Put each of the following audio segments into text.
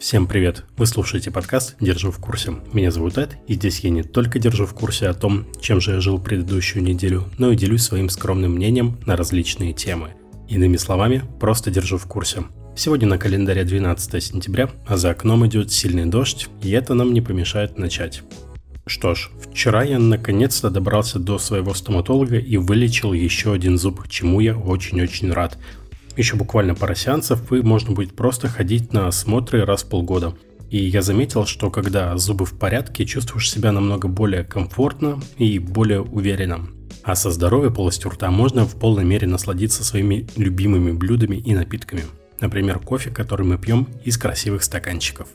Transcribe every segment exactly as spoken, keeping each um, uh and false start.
Всем привет! Вы слушаете подкаст «Держу в курсе». Меня зовут Эд, и здесь я не только держу в курсе о том, чем же я жил предыдущую неделю, но и делюсь своим скромным мнением на различные темы. Иными словами, просто держу в курсе. Сегодня на календаре двенадцатое сентября, а за окном идет сильный дождь, и это нам не помешает начать. Что ж, вчера я наконец-то добрался до своего стоматолога и вылечил еще один зуб, чему я очень-очень рад. Еще буквально пара сеансов, и можно будет просто ходить на осмотры раз в полгода. И я заметил, что когда зубы в порядке, чувствуешь себя намного более комфортно и более уверенно. А со здоровой полостью рта можно в полной мере насладиться своими любимыми блюдами и напитками. Например, кофе, который мы пьем из красивых стаканчиков.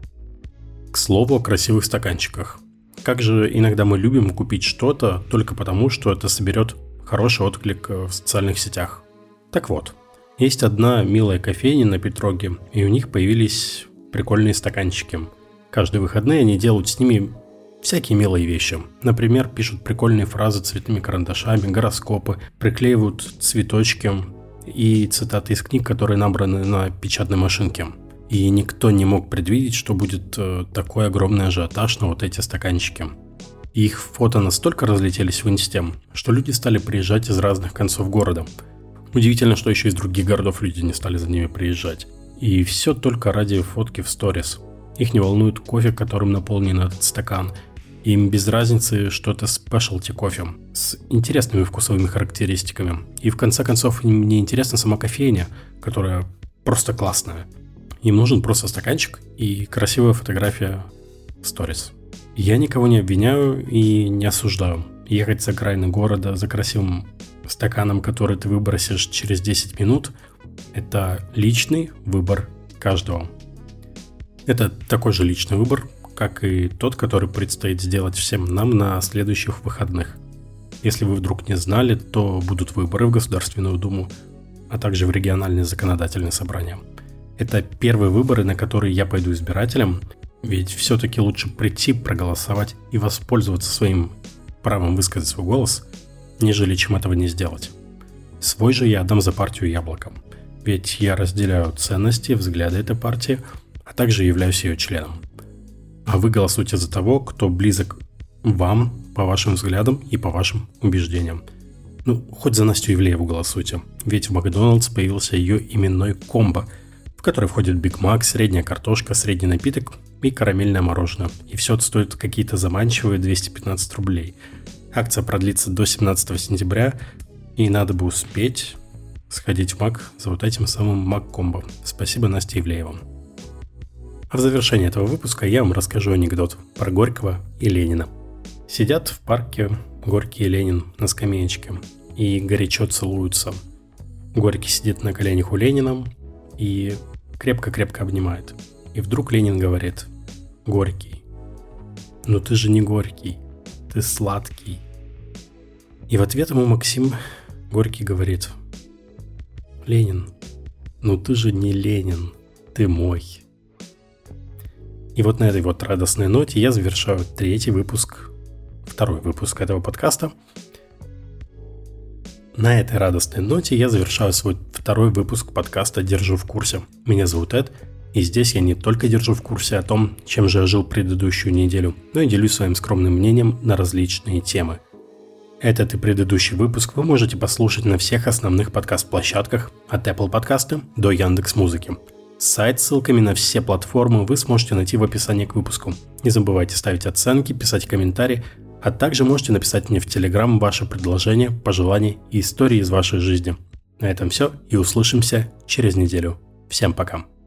К слову о красивых стаканчиках. Как же иногда мы любим купить что-то только потому, что это соберет хороший отклик в социальных сетях. Так вот. Есть одна милая кофейня на Петроге, и у них появились прикольные стаканчики. Каждые выходные они делают с ними всякие милые вещи. Например, пишут прикольные фразы цветными карандашами, гороскопы, приклеивают цветочки и цитаты из книг, которые набраны на печатной машинке. И никто не мог предвидеть, что будет такой огромный ажиотаж на вот эти стаканчики. Их фото настолько разлетелись в инсте, что люди стали приезжать из разных концов города. Удивительно, что еще из других городов люди не стали за ними приезжать. И все только ради фотки в сторис. Их не волнует кофе, которым наполнен этот стакан. Им без разницы, что это спешлти кофе с интересными вкусовыми характеристиками. И в конце концов, им не интересна сама кофейня, которая просто классная. Им нужен просто стаканчик и красивая фотография в сторис. Я никого не обвиняю и не осуждаю. Ехать с окраины города за красивым стаканом, который ты выбросишь через десять минут, это личный выбор каждого. Это такой же личный выбор, как и тот, который предстоит сделать всем нам на следующих выходных. Если вы вдруг не знали, то будут выборы в Государственную Думу, а также в региональные законодательные собрания. Это первые выборы, на которые я пойду избирателем, ведь все-таки лучше прийти, проголосовать и воспользоваться своим правом высказать свой голос, нежели чем этого не сделать. Свой же я отдам за партию Яблоко, ведь я разделяю ценности, взгляды этой партии, а также являюсь ее членом. А вы голосуйте за того, кто близок вам по вашим взглядам и по вашим убеждениям. Ну, хоть за Настю Ивлееву голосуйте, ведь в Макдональдс появился ее именной комбо, в который входит Биг Мак, средняя картошка, средний напиток и карамельное мороженое. И все это стоит какие-то заманчивые двести пятнадцать рублей. Акция продлится до семнадцатого сентября, и надо бы успеть сходить в Мак за вот этим самым Мак-комбо. Спасибо, Настя Ивлеева. А в завершении этого выпуска я вам расскажу анекдот про Горького и Ленина. Сидят в парке Горький и Ленин на скамеечке и горячо целуются. Горький сидит на коленях у Ленина и крепко-крепко обнимает. И вдруг Ленин говорит: «Горький, ну ты же не Горький, ты сладкий». И в ответ ему Максим Горький говорит: «Ленин, ну ты же не Ленин, ты мой». И вот на этой вот радостной ноте я завершаю третий выпуск, второй выпуск этого подкаста. На этой радостной ноте я завершаю свой второй выпуск подкаста «Держу в курсе». Меня зовут Эд, и здесь я не только держу в курсе о том, чем же я жил предыдущую неделю, но и делюсь своим скромным мнением на различные темы. Этот и предыдущий выпуск вы можете послушать на всех основных подкаст-площадках, от Apple подкасты до Яндекс.Музыки. Сайт с ссылками на все платформы вы сможете найти в описании к выпуску. Не забывайте ставить оценки, писать комментарии, а также можете написать мне в Telegram ваши предложения, пожелания и истории из вашей жизни. На этом все, и услышимся через неделю. Всем пока.